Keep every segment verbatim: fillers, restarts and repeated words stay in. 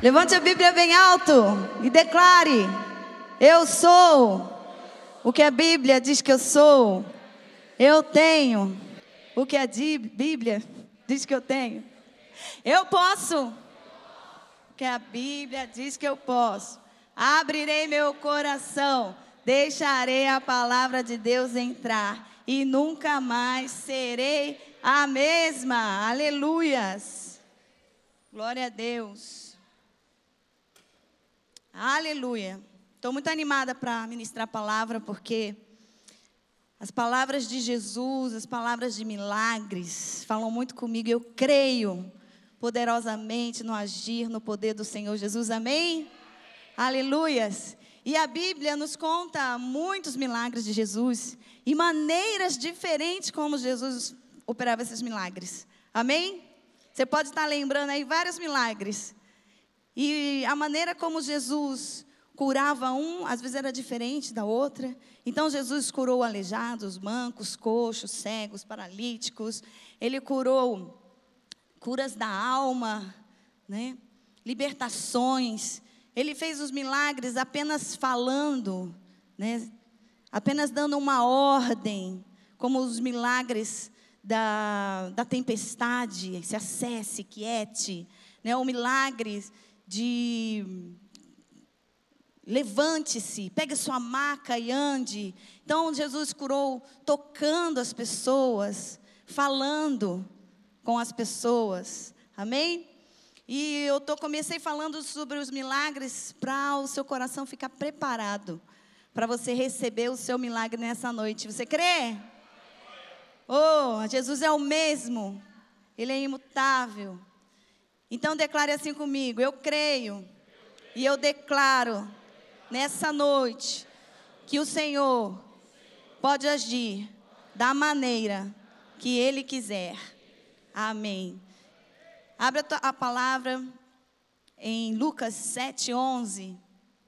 Levante a Bíblia bem alto e declare: eu sou o que a Bíblia diz que eu sou. Eu tenho o que a Bíblia diz que eu tenho. Eu posso o que a Bíblia diz que eu posso. Abrirei meu coração, deixarei a palavra de Deus entrar e nunca mais serei a mesma. Aleluias. Glória a Deus. Aleluia. Estou muito animada para ministrar a palavra, porque as palavras de Jesus, as palavras de milagres, falam muito comigo. Eu creio poderosamente no agir, no poder do Senhor Jesus. Amém? Aleluias. E a Bíblia nos conta muitos milagres de Jesus e maneiras diferentes como Jesus operava esses milagres. Amém? Você pode estar lembrando aí vários milagres. E a maneira como Jesus curava um, às vezes era diferente da outra. Então Jesus curou aleijados, mancos, coxos, cegos, paralíticos. Ele curou curas da alma, né? Libertações. Ele fez os milagres apenas falando, né? Apenas dando uma ordem, como os milagres da, da tempestade, se acesse, quiete, né? O milagre de levante-se, pegue sua maca e ande. Então Jesus curou tocando as pessoas, falando com as pessoas. Amém? E eu tô, comecei falando sobre os milagres para o seu coração ficar preparado para você receber o seu milagre nessa noite. Você crê? Oh, Jesus é o mesmo. Ele é imutável. Então declare assim comigo: eu creio e eu declaro nessa noite que o Senhor pode agir da maneira que Ele quiser. Amém. Abra a palavra em Lucas sete, onze.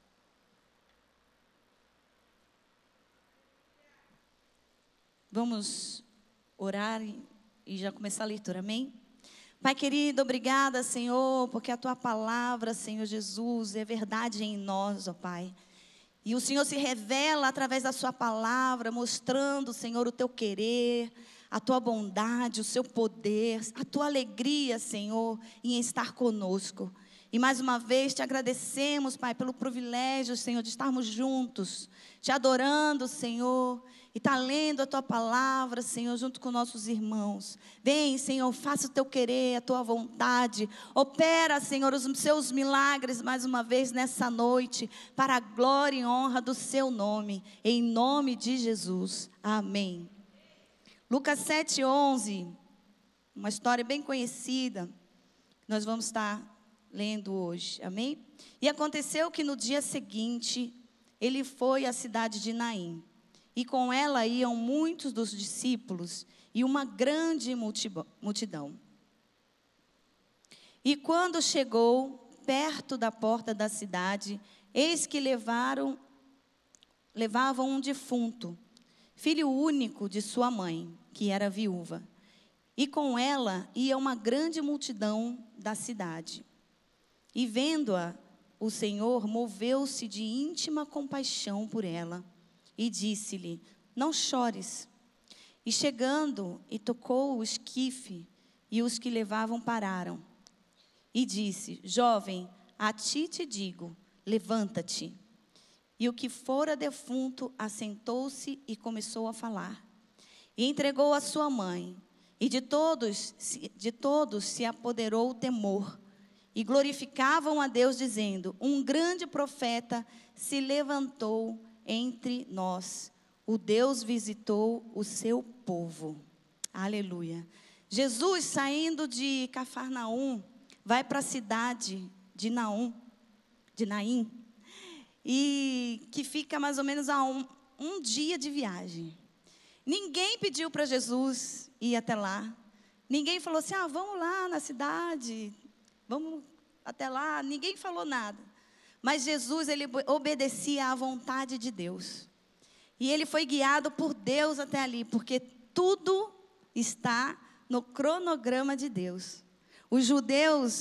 Vamos orar e já começar a leitura, amém? Pai querido, obrigada, Senhor, porque a Tua palavra, Senhor Jesus, é verdade em nós, ó Pai. E o Senhor se revela através da Sua palavra, mostrando, Senhor, o Teu querer, a Tua bondade, o Seu poder, a Tua alegria, Senhor, em estar conosco. E mais uma vez te agradecemos, Pai, pelo privilégio, Senhor, de estarmos juntos, te adorando, Senhor, e tá lendo a Tua palavra, Senhor, junto com nossos irmãos. Vem, Senhor, faça o Teu querer, a Tua vontade. Opera, Senhor, os Seus milagres mais uma vez nessa noite, para a glória e honra do Seu nome. Em nome de Jesus. Amém. Lucas sete, onze, uma história bem conhecida, nós vamos estar lendo hoje. Amém? E aconteceu que no dia seguinte, ele foi à cidade de Naim. E com ela iam muitos dos discípulos e uma grande multidão. E quando chegou perto da porta da cidade, eis que levaram, levavam um defunto, filho único de sua mãe, que era viúva. E com ela ia uma grande multidão da cidade. E vendo-a, o Senhor moveu-se de íntima compaixão por ela. E disse-lhe: não chores. E chegando, e tocou o esquife, e os que levavam pararam. E disse: jovem, a ti te digo, levanta-te. E o que fora defunto assentou-se e começou a falar. E entregou a sua mãe. E de todos, de todos se apoderou o temor. E glorificavam a Deus, dizendo: um grande profeta se levantou entre nós. O Deus visitou o seu povo. Aleluia. Jesus, saindo de Cafarnaum, vai para a cidade de Naum, de Naim, e que fica mais ou menos a um, um dia de viagem. Ninguém pediu para Jesus ir até lá. Ninguém falou assim: ah, vamos lá na cidade, vamos até lá. Ninguém falou nada. Mas Jesus, ele obedecia à vontade de Deus. E ele foi guiado por Deus até ali, porque tudo está no cronograma de Deus. Os judeus,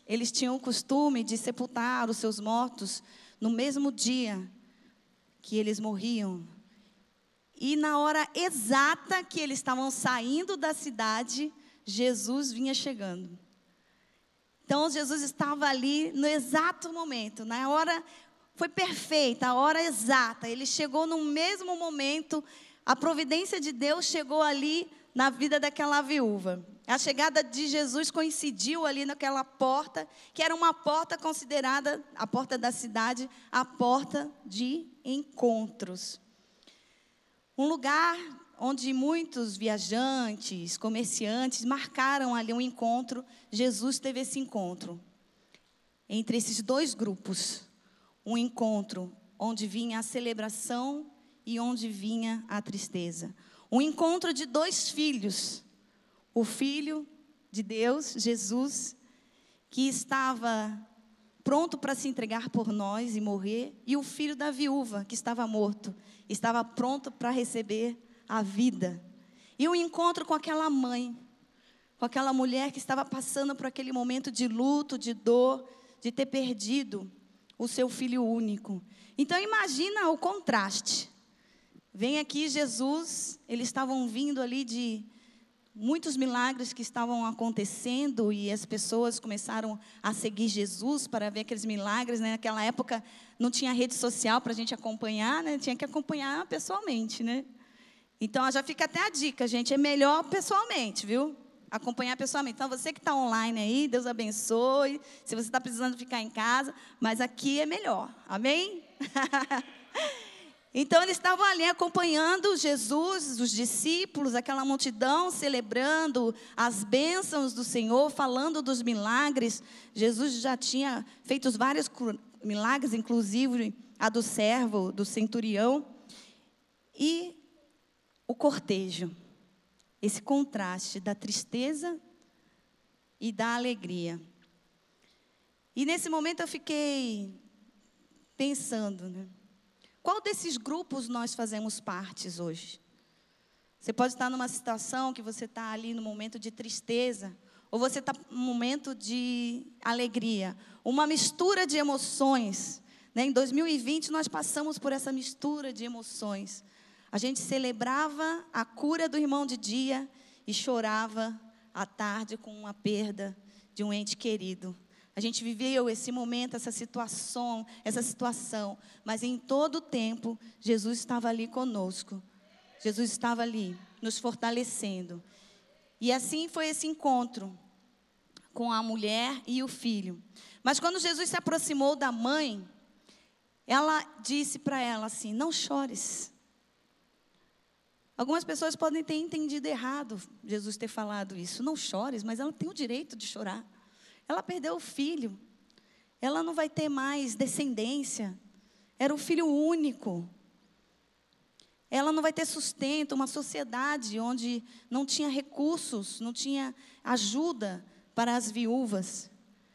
eles tinham o costume de sepultar os seus mortos no mesmo dia que eles morriam. E na hora exata que eles estavam saindo da cidade, Jesus vinha chegando. Então, Jesus estava ali no exato momento, na hora, foi perfeita, a hora exata. Ele chegou no mesmo momento, a providência de Deus chegou ali na vida daquela viúva. A chegada de Jesus coincidiu ali naquela porta, que era uma porta considerada, a porta da cidade, a porta de encontros. Um lugar onde muitos viajantes, comerciantes, marcaram ali um encontro. Jesus teve esse encontro entre esses dois grupos. Um encontro onde vinha a celebração e onde vinha a tristeza. Um encontro de dois filhos. O Filho de Deus, Jesus, que estava pronto para se entregar por nós e morrer, e o filho da viúva, que estava morto, estava pronto para receber a vida. E um encontro com aquela mãe, com aquela mulher que estava passando por aquele momento de luto, de dor, de ter perdido o seu filho único. Então imagina o contraste. Vem aqui Jesus, eles estavam vindo ali de muitos milagres que estavam acontecendo e as pessoas começaram a seguir Jesus para ver aqueles milagres, né? Naquela época não tinha rede social para a gente acompanhar, né? Tinha que acompanhar pessoalmente, né? Então já fica até a dica, gente, é melhor pessoalmente, viu? Acompanhar pessoalmente. Então você que está online aí, Deus abençoe. Se você está precisando ficar em casa, mas aqui é melhor, amém? Então, eles estavam ali acompanhando Jesus, os discípulos, aquela multidão, celebrando as bênçãos do Senhor, falando dos milagres. Jesus já tinha feito vários milagres, inclusive a do servo, do centurião. E o cortejo, esse contraste da tristeza e da alegria. E nesse momento eu fiquei pensando, né? Qual desses grupos nós fazemos partes hoje? Você pode estar numa situação que você está ali no momento de tristeza, ou você está num momento de alegria, uma mistura de emoções, né? Em dois mil e vinte nós passamos por essa mistura de emoções. A gente celebrava a cura do irmão de dia e chorava à tarde com a perda de um ente querido. A gente viveu esse momento, essa situação, essa situação, mas em todo o tempo, Jesus estava ali conosco. Jesus estava ali, nos fortalecendo. E assim foi esse encontro com a mulher e o filho. Mas quando Jesus se aproximou da mãe, ela disse para ela assim, não chores. Algumas pessoas podem ter entendido errado Jesus ter falado isso. Não chores, mas ela tem o direito de chorar. Ela perdeu o filho, ela não vai ter mais descendência, era o filho único. Ela não vai ter sustento, uma sociedade onde não tinha recursos, não tinha ajuda para as viúvas.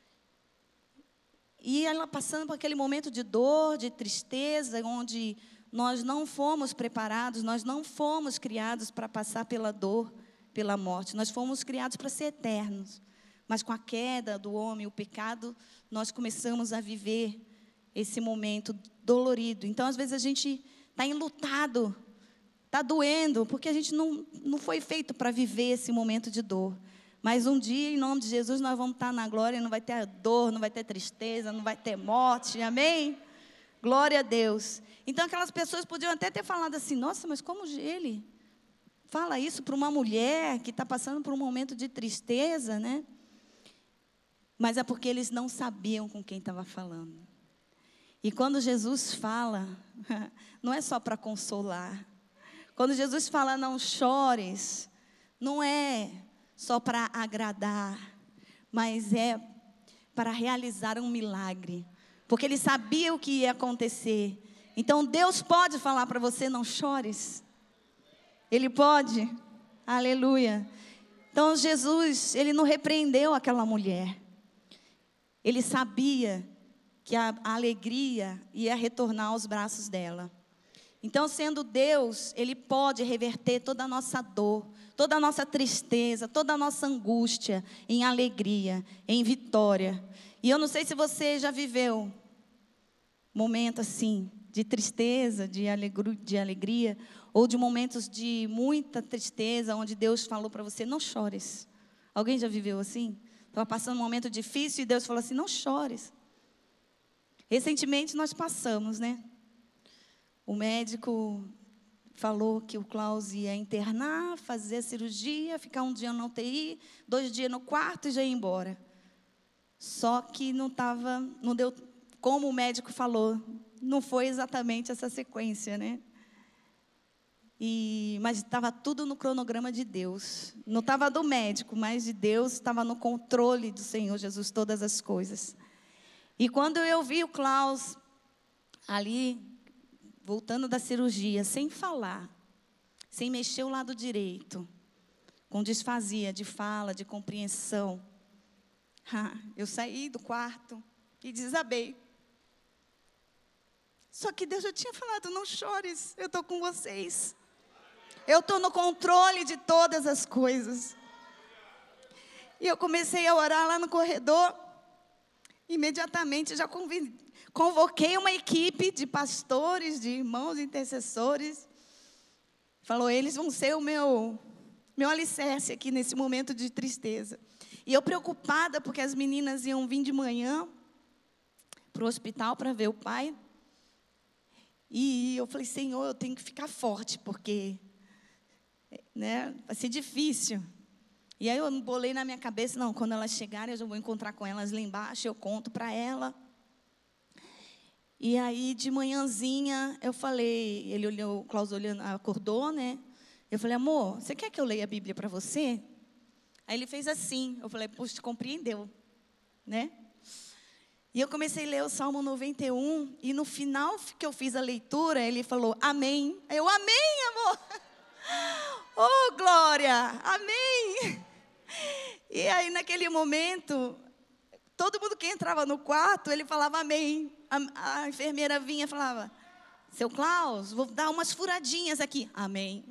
E ela passando por aquele momento de dor, de tristeza, onde nós não fomos preparados, nós não fomos criados para passar pela dor, pela morte, nós fomos criados para ser eternos. Mas com a queda do homem, o pecado, nós começamos a viver esse momento dolorido. Então, às vezes, a gente está enlutado, está doendo, porque a gente não, não foi feito para viver esse momento de dor. Mas um dia, em nome de Jesus, nós vamos estar na glória, não vai ter dor, não vai ter tristeza, não vai ter morte, amém? Glória a Deus. Então, aquelas pessoas podiam até ter falado assim, nossa, mas como ele fala isso para uma mulher que está passando por um momento de tristeza, né? Mas é porque eles não sabiam com quem estava falando. E quando Jesus fala, não é só para consolar. Quando Jesus fala, não chores, não é só para agradar, mas é para realizar um milagre. Porque ele sabia o que ia acontecer. Então Deus pode falar para você, não chores. Ele pode. Aleluia. Então Jesus, ele não repreendeu aquela mulher. Ele sabia que a, a alegria ia retornar aos braços dela. Então, sendo Deus, Ele pode reverter toda a nossa dor, toda a nossa tristeza, toda a nossa angústia em alegria, em vitória. E eu não sei se você já viveu momento assim, de tristeza, de alegria, de alegria, ou de momentos de muita tristeza, onde Deus falou para você, não chores. Alguém já viveu assim? Estava passando um momento difícil e Deus falou assim, não chores. Recentemente nós passamos, né? O médico falou que o Klaus ia internar, fazer a cirurgia, ficar um dia na U T I, dois dias no quarto e já ia embora. Só que não estava, não deu, como o médico falou, não foi exatamente essa sequência, né? E, mas estava tudo no cronograma de Deus. Não estava do médico, mas de Deus, estava no controle do Senhor Jesus, todas as coisas. E quando eu vi o Klaus ali, voltando da cirurgia, sem falar, sem mexer o lado direito, com disfasia de fala, de compreensão, eu saí do quarto e desabei. Só que Deus já tinha falado, não chores, eu estou com vocês. Eu estou no controle de todas as coisas. E eu comecei a orar lá no corredor. Imediatamente já convoquei uma equipe de pastores, de irmãos intercessores. Falou, eles vão ser o meu, meu alicerce aqui nesse momento de tristeza. E eu preocupada, porque as meninas iam vir de manhã para o hospital para ver o pai. E eu falei, Senhor, eu tenho que ficar forte, porque né, vai ser difícil. E aí eu bolei na minha cabeça, não, quando elas chegarem, eu já vou encontrar com elas lá embaixo, eu conto para ela. E aí, de manhãzinha, eu falei, ele olhou, o Klaus olhando, acordou, né? Eu falei, amor, você quer que eu leia a Bíblia para você? Aí ele fez assim, eu falei, puxa, compreendeu, né? E eu comecei a ler o Salmo noventa e um, e no final que eu fiz a leitura, ele falou, amém. Eu, amém, amor. Oh, glória, amém. E aí, naquele momento, todo mundo que entrava no quarto, ele falava amém. A, a enfermeira vinha e falava, seu Klaus, vou dar umas furadinhas aqui. Amém.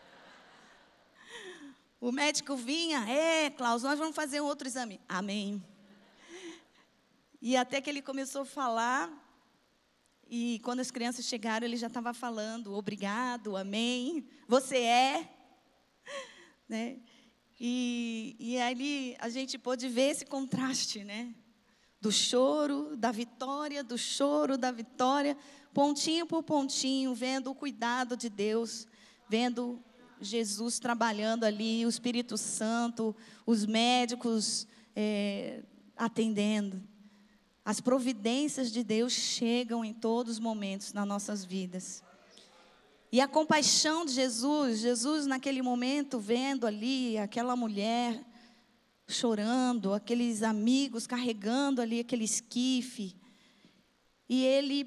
O médico vinha, é, Klaus, nós vamos fazer um outro exame. Amém. E até que ele começou a falar, e quando as crianças chegaram, ele já estava falando, obrigado, amém, você é, né? E, e ali a gente pôde ver esse contraste, né? Do choro, da vitória, do choro, da vitória, pontinho por pontinho, vendo o cuidado de Deus, vendo Jesus trabalhando ali, o Espírito Santo, os médicos é, atendendo. As providências de Deus chegam em todos os momentos nas nossas vidas. E a compaixão de Jesus, Jesus naquele momento vendo ali aquela mulher chorando, aqueles amigos carregando ali aquele esquife, e ele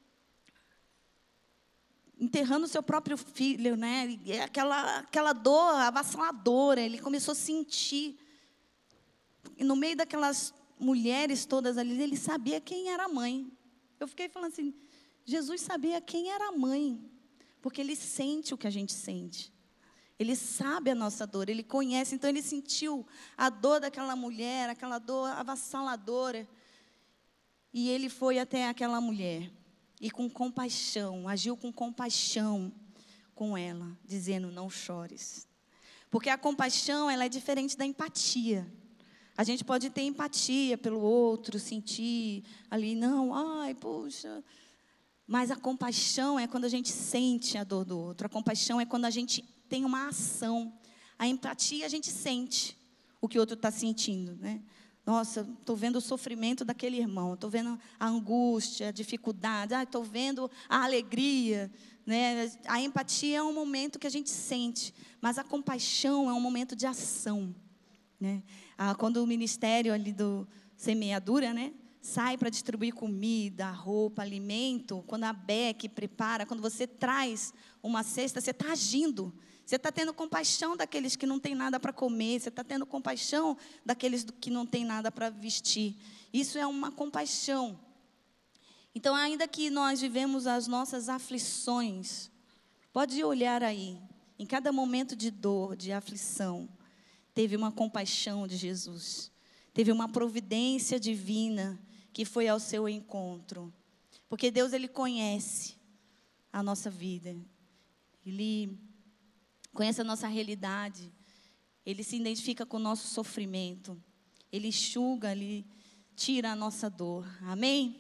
enterrando o seu próprio filho, né? E aquela, aquela dor avassaladora, ele começou a sentir. E no meio daquelas mulheres todas ali, ele sabia quem era a mãe. Eu fiquei falando assim, Jesus sabia quem era a mãe, porque ele sente o que a gente sente. Ele sabe a nossa dor, ele conhece. Então ele sentiu a dor daquela mulher, aquela dor avassaladora. E ele foi até aquela mulher e com compaixão, agiu com compaixão com ela, dizendo, não chores. Porque a compaixão, ela é diferente da empatia. A gente pode ter empatia pelo outro, sentir ali, não, ai, puxa. Mas a compaixão é quando a gente sente a dor do outro. A compaixão é quando a gente tem uma ação. A empatia, a gente sente o que o outro está sentindo, né? Nossa, estou vendo o sofrimento daquele irmão, estou vendo a angústia, a dificuldade, ah, estou vendo a alegria, né? A empatia é um momento que a gente sente, mas a compaixão é um momento de ação, né? Ah, quando o ministério ali do semeadura, né, sai para distribuir comida, roupa, alimento, quando a B E C prepara, quando você traz uma cesta, você está agindo. Você está tendo compaixão daqueles que não têm nada para comer. Você está tendo compaixão daqueles que não têm nada para vestir. Isso é uma compaixão. Então, ainda que nós vivemos as nossas aflições, pode olhar aí. Em cada momento de dor, de aflição, teve uma compaixão de Jesus. Teve uma providência divina que foi ao seu encontro. Porque Deus, Ele conhece a nossa vida. Ele conhece a nossa realidade. Ele se identifica com o nosso sofrimento. Ele enxuga, Ele tira a nossa dor. Amém?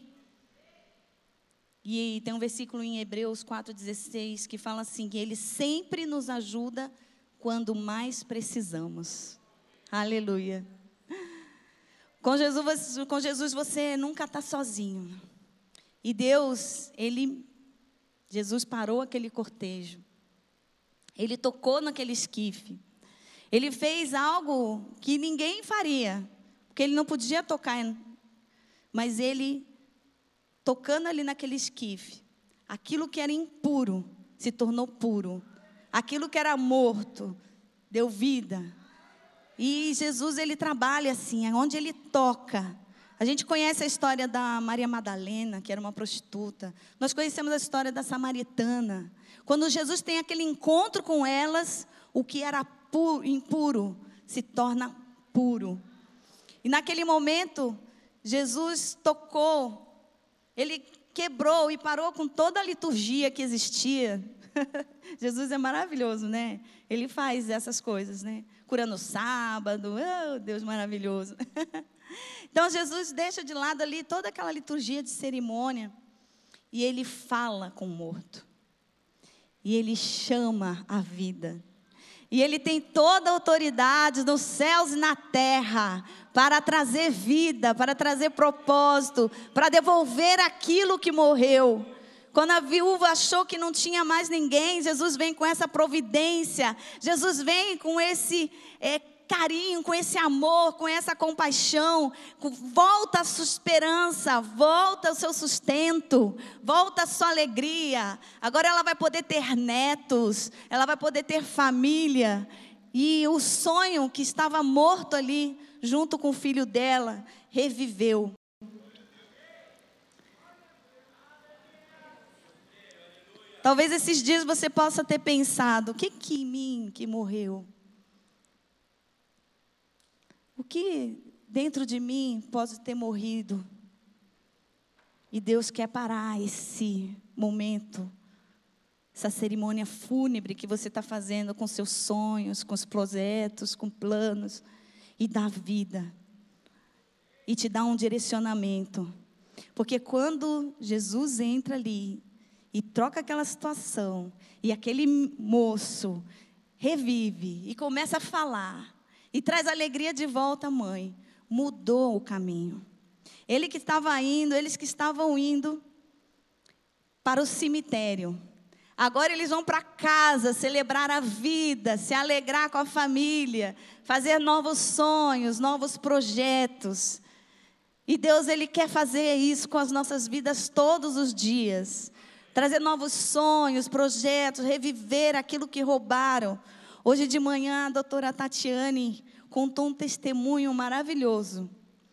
E tem um versículo em Hebreus quatro, dezesseis, que fala assim, que Ele sempre nos ajuda quando mais precisamos. Aleluia. Com Jesus, com Jesus você nunca está sozinho. E Deus, Ele, Jesus parou aquele cortejo. Ele tocou naquele esquife. Ele fez algo que ninguém faria, porque Ele não podia tocar. Mas Ele, tocando ali naquele esquife, aquilo que era impuro se tornou puro. Aquilo que era morto deu vida. E Jesus, Ele trabalha assim, onde Ele toca. A gente conhece a história da Maria Madalena, que era uma prostituta. Nós conhecemos a história da samaritana. Quando Jesus tem aquele encontro com elas, o que era puro, impuro se torna puro. E naquele momento, Jesus tocou, Ele quebrou e parou com toda a liturgia que existia. Jesus é maravilhoso, né? Ele faz essas coisas, né? Curando o sábado, oh, Deus maravilhoso. Então Jesus deixa de lado ali toda aquela liturgia de cerimônia e Ele fala com o morto. E Ele chama a vida. E Ele tem toda a autoridade nos céus e na terra para trazer vida, para trazer propósito, para devolver aquilo que morreu. Quando a viúva achou que não tinha mais ninguém, Jesus vem com essa providência. Jesus vem com esse é, carinho, com esse amor, com essa compaixão. Volta a sua esperança, volta o seu sustento, volta a sua alegria. Agora ela vai poder ter netos, ela vai poder ter família. E o sonho que estava morto ali, junto com o filho dela, reviveu. Talvez esses dias você possa ter pensado, o que que em mim que morreu? O que dentro de mim pode ter morrido? E Deus quer parar esse momento, essa cerimônia fúnebre que você está fazendo com seus sonhos, com os projetos, com planos, e dar vida, e te dar um direcionamento. Porque quando Jesus entra ali, e troca aquela situação, e aquele moço revive, e começa a falar, e traz alegria de volta à mãe, mudou o caminho. Ele que estava indo, eles que estavam indo para o cemitério, agora eles vão para casa, celebrar a vida, se alegrar com a família, fazer novos sonhos, novos projetos. E Deus, Ele quer fazer isso com as nossas vidas todos os dias. Trazer novos sonhos, projetos, reviver aquilo que roubaram. Hoje de manhã a doutora Tatiane contou um testemunho maravilhoso.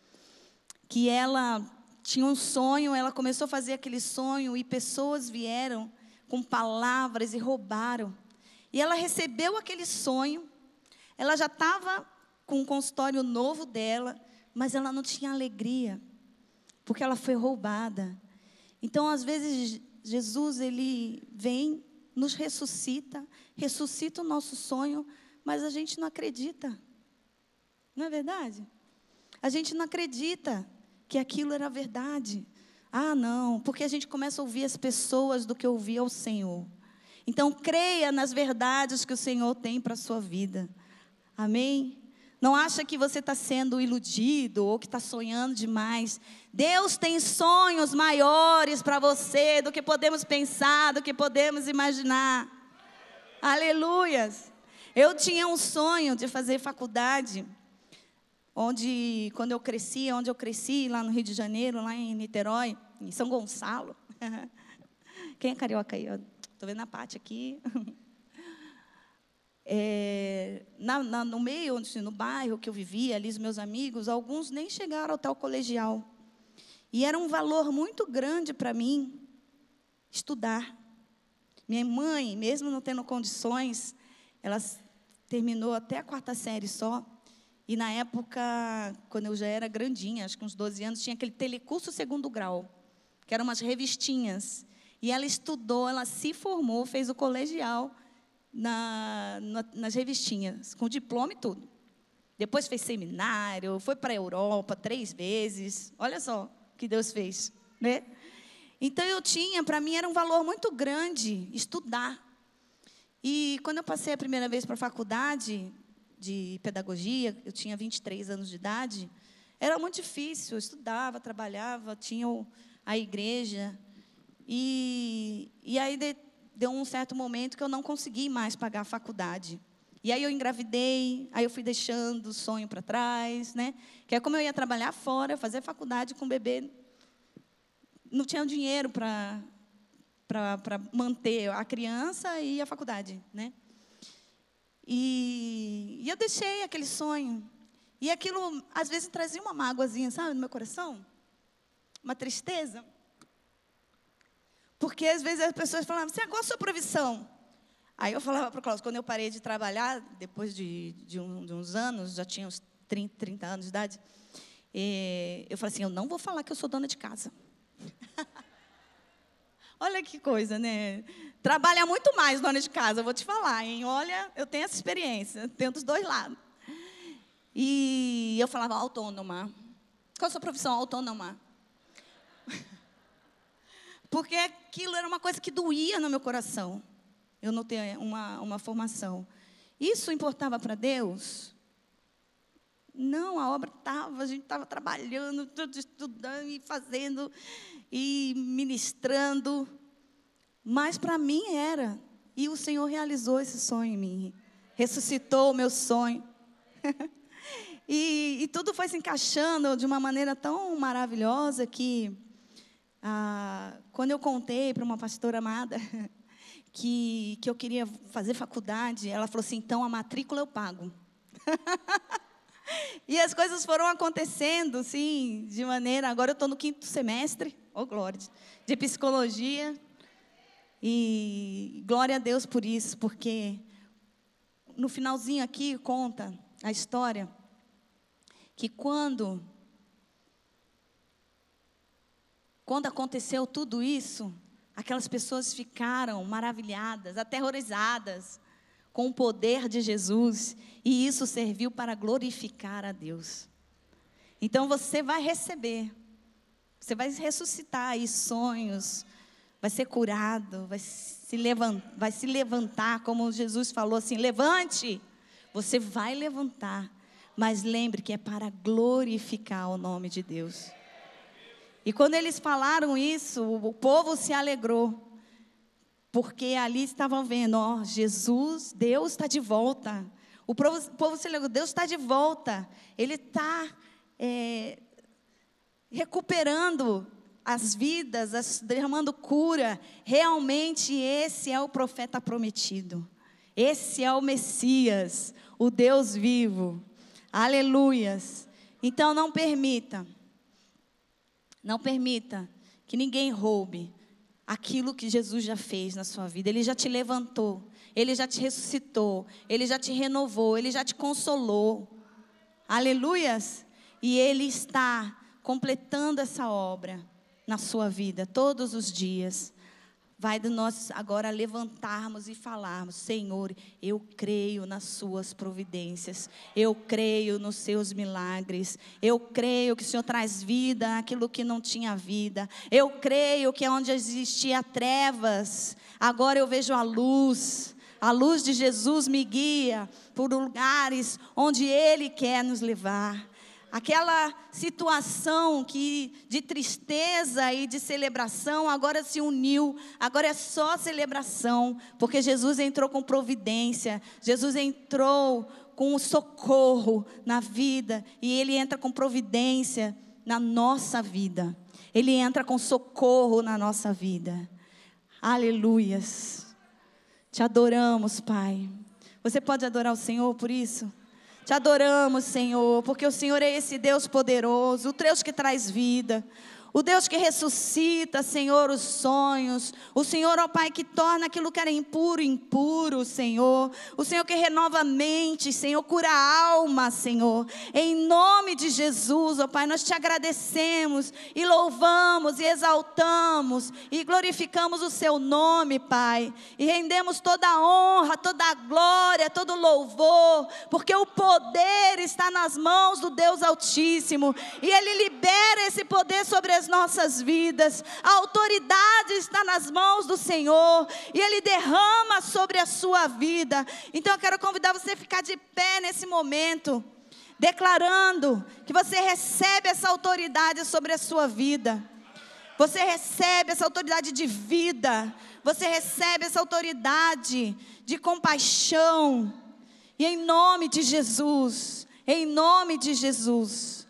Que ela tinha um sonho, ela começou a fazer aquele sonho e pessoas vieram com palavras e roubaram. E ela recebeu aquele sonho, ela já estava com um consultório novo dela, mas ela não tinha alegria, porque ela foi roubada. Então, às vezes, Jesus, Ele vem, nos ressuscita, ressuscita o nosso sonho, mas a gente não acredita. Não é verdade? A gente não acredita que aquilo era verdade. Ah, não, porque a gente começa a ouvir as pessoas do que ouvir ao Senhor. Então, creia nas verdades que o Senhor tem para a sua vida. Amém? Não acha que você está sendo iludido ou que está sonhando demais. Deus tem sonhos maiores para você do que podemos pensar, do que podemos imaginar. Aleluias! Eu tinha um sonho de fazer faculdade, onde, quando eu cresci, onde eu cresci, lá no Rio de Janeiro, lá em Niterói, em São Gonçalo. Quem é carioca aí? Estou vendo a Paty aqui. É, na, na, no meio, onde, no bairro que eu vivia, ali os meus amigos, alguns nem chegaram até o colegial. E era um valor muito grande para mim estudar. Minha mãe, mesmo não tendo condições, ela terminou até a quarta série só. E na época, quando eu já era grandinha, acho que uns doze anos, tinha aquele telecurso segundo grau, que eram umas revistinhas. E ela estudou, ela se formou, fez o colegial na, na, nas revistinhas, com diploma e tudo. Depois fez seminário, foi para a Europa três vezes. Olha só o que Deus fez, né? Então, eu tinha, para mim, era um valor muito grande estudar. E quando eu passei a primeira vez para a faculdade de pedagogia, eu tinha vinte e três anos de idade, era muito difícil. Eu estudava, trabalhava, tinha a igreja. E, e aí de, deu um certo momento que eu não consegui mais pagar a faculdade. E aí eu engravidei, aí eu fui deixando o sonho para trás, né? Que é como eu ia trabalhar fora, fazer faculdade com o bebê. Não tinha dinheiro para para manter a criança e a faculdade, né? E, e eu deixei aquele sonho. E aquilo, às vezes, trazia uma mágoazinha, sabe, no meu coração. Uma tristeza. Porque, às vezes, as pessoas falavam assim, qual a sua profissão? Aí eu falava para o Cláudio, quando eu parei de trabalhar, depois de, de, um, de uns anos, já tinha uns trinta, trinta anos de idade, e eu falei assim, eu não vou falar que eu sou dona de casa. Olha que coisa, né? Trabalha muito mais dona de casa, eu vou te falar, hein? Olha, eu tenho essa experiência, tenho dos dois lados. E eu falava autônoma. Qual a sua profissão? Autônoma. Porque aquilo era uma coisa que doía no meu coração. Eu não ter uma, uma formação. Isso importava para Deus? Não, a obra estava, a gente estava trabalhando, tudo estudando e fazendo, e ministrando. Mas para mim era. E o Senhor realizou esse sonho em mim. Ressuscitou o meu sonho. e, e tudo foi se encaixando de uma maneira tão maravilhosa que, ah, quando eu contei para uma pastora amada que, que eu queria fazer faculdade, ela falou assim, então a matrícula eu pago. E as coisas foram acontecendo, sim, de maneira... Agora eu estou no quinto semestre, oh glória, de psicologia. E glória a Deus por isso, porque no finalzinho aqui conta a história que quando, quando aconteceu tudo isso, aquelas pessoas ficaram maravilhadas, aterrorizadas com o poder de Jesus, e isso serviu para glorificar a Deus. Então você vai receber, você vai ressuscitar aí sonhos, vai ser curado, vai se levantar, vai se levantar, como Jesus falou assim, levante, você vai levantar, mas lembre que é para glorificar o nome de Deus. E quando eles falaram isso, o povo se alegrou, porque ali estavam vendo, ó, Jesus, Deus está de volta. O povo, o povo se alegrou, Deus está de volta. Ele está é, recuperando as vidas, as, derramando cura. Realmente esse é o profeta prometido. Esse é o Messias, o Deus vivo. Aleluias. Então não permita, não permita que ninguém roube aquilo que Jesus já fez na sua vida. Ele já te levantou, Ele já te ressuscitou, Ele já te renovou, Ele já te consolou. Aleluias. E Ele está completando essa obra na sua vida, todos os dias. Vai de nós agora levantarmos e falarmos, Senhor, eu creio nas suas providências, eu creio nos seus milagres, eu creio que o Senhor traz vida àquilo que não tinha vida, eu creio que onde existia trevas, agora eu vejo a luz, a luz de Jesus me guia por lugares onde Ele quer nos levar. Aquela situação que, de tristeza e de celebração, agora se uniu, agora é só celebração, porque Jesus entrou com providência, Jesus entrou com socorro na vida, e Ele entra com providência na nossa vida, Ele entra com socorro na nossa vida. Aleluias. Te adoramos, Pai. Você pode adorar o Senhor por isso? Te adoramos, Senhor, porque o Senhor é esse Deus poderoso, o Deus que traz vida, O Deus que ressuscita, Senhor, os sonhos. O Senhor, ó Pai, que torna aquilo que era impuro, impuro, Senhor. O Senhor que renova a mente, Senhor, cura a alma, Senhor. Em nome de Jesus, ó Pai, nós te agradecemos e louvamos e exaltamos e glorificamos o seu nome, Pai. E rendemos toda a honra, toda a glória, todo o louvor, porque o poder está nas mãos do Deus Altíssimo. E Ele libera esse poder sobre as nossas vidas. A autoridade está nas mãos do Senhor e Ele derrama sobre a sua vida. Então eu quero convidar você a ficar de pé nesse momento, declarando que você recebe essa autoridade sobre a sua vida. Você recebe essa autoridade de vida. Você recebe essa autoridade de compaixão. E em nome de Jesus, em nome de Jesus.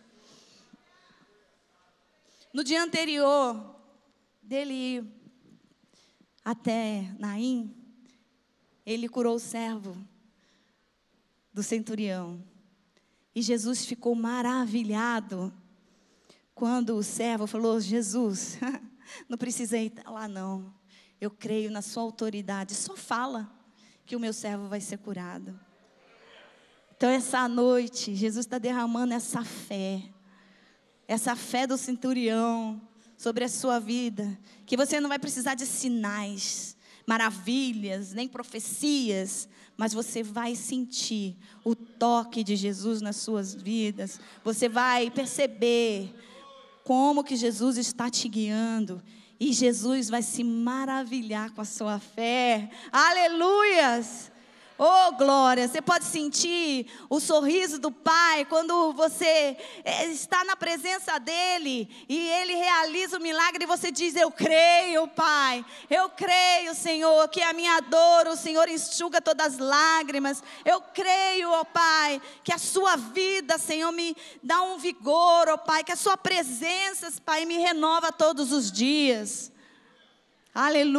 No dia anterior dele ir até Naim, ele curou o servo do centurião. E Jesus ficou maravilhado quando o servo falou: Jesus, não precisa ir lá não. Eu creio na sua autoridade. Só fala que o meu servo vai ser curado. Então essa noite, Jesus está derramando essa fé. Essa fé do centurião sobre a sua vida, que você não vai precisar de sinais, maravilhas, nem profecias, mas você vai sentir o toque de Jesus nas suas vidas. Você vai perceber como que Jesus está te guiando, e Jesus vai se maravilhar com a sua fé. Aleluias! Oh, glória, você pode sentir o sorriso do Pai quando você está na presença dEle e Ele realiza o milagre e você diz: eu creio, Pai, eu creio, Senhor, que a minha dor, o Senhor enxuga todas as lágrimas. Eu creio, ó Pai, que a sua vida, Senhor, me dá um vigor, ó Pai, que a sua presença, Pai, me renova todos os dias.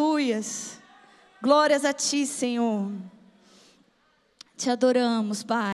Aleluias, glórias a Ti, Senhor. Te adoramos, Pai.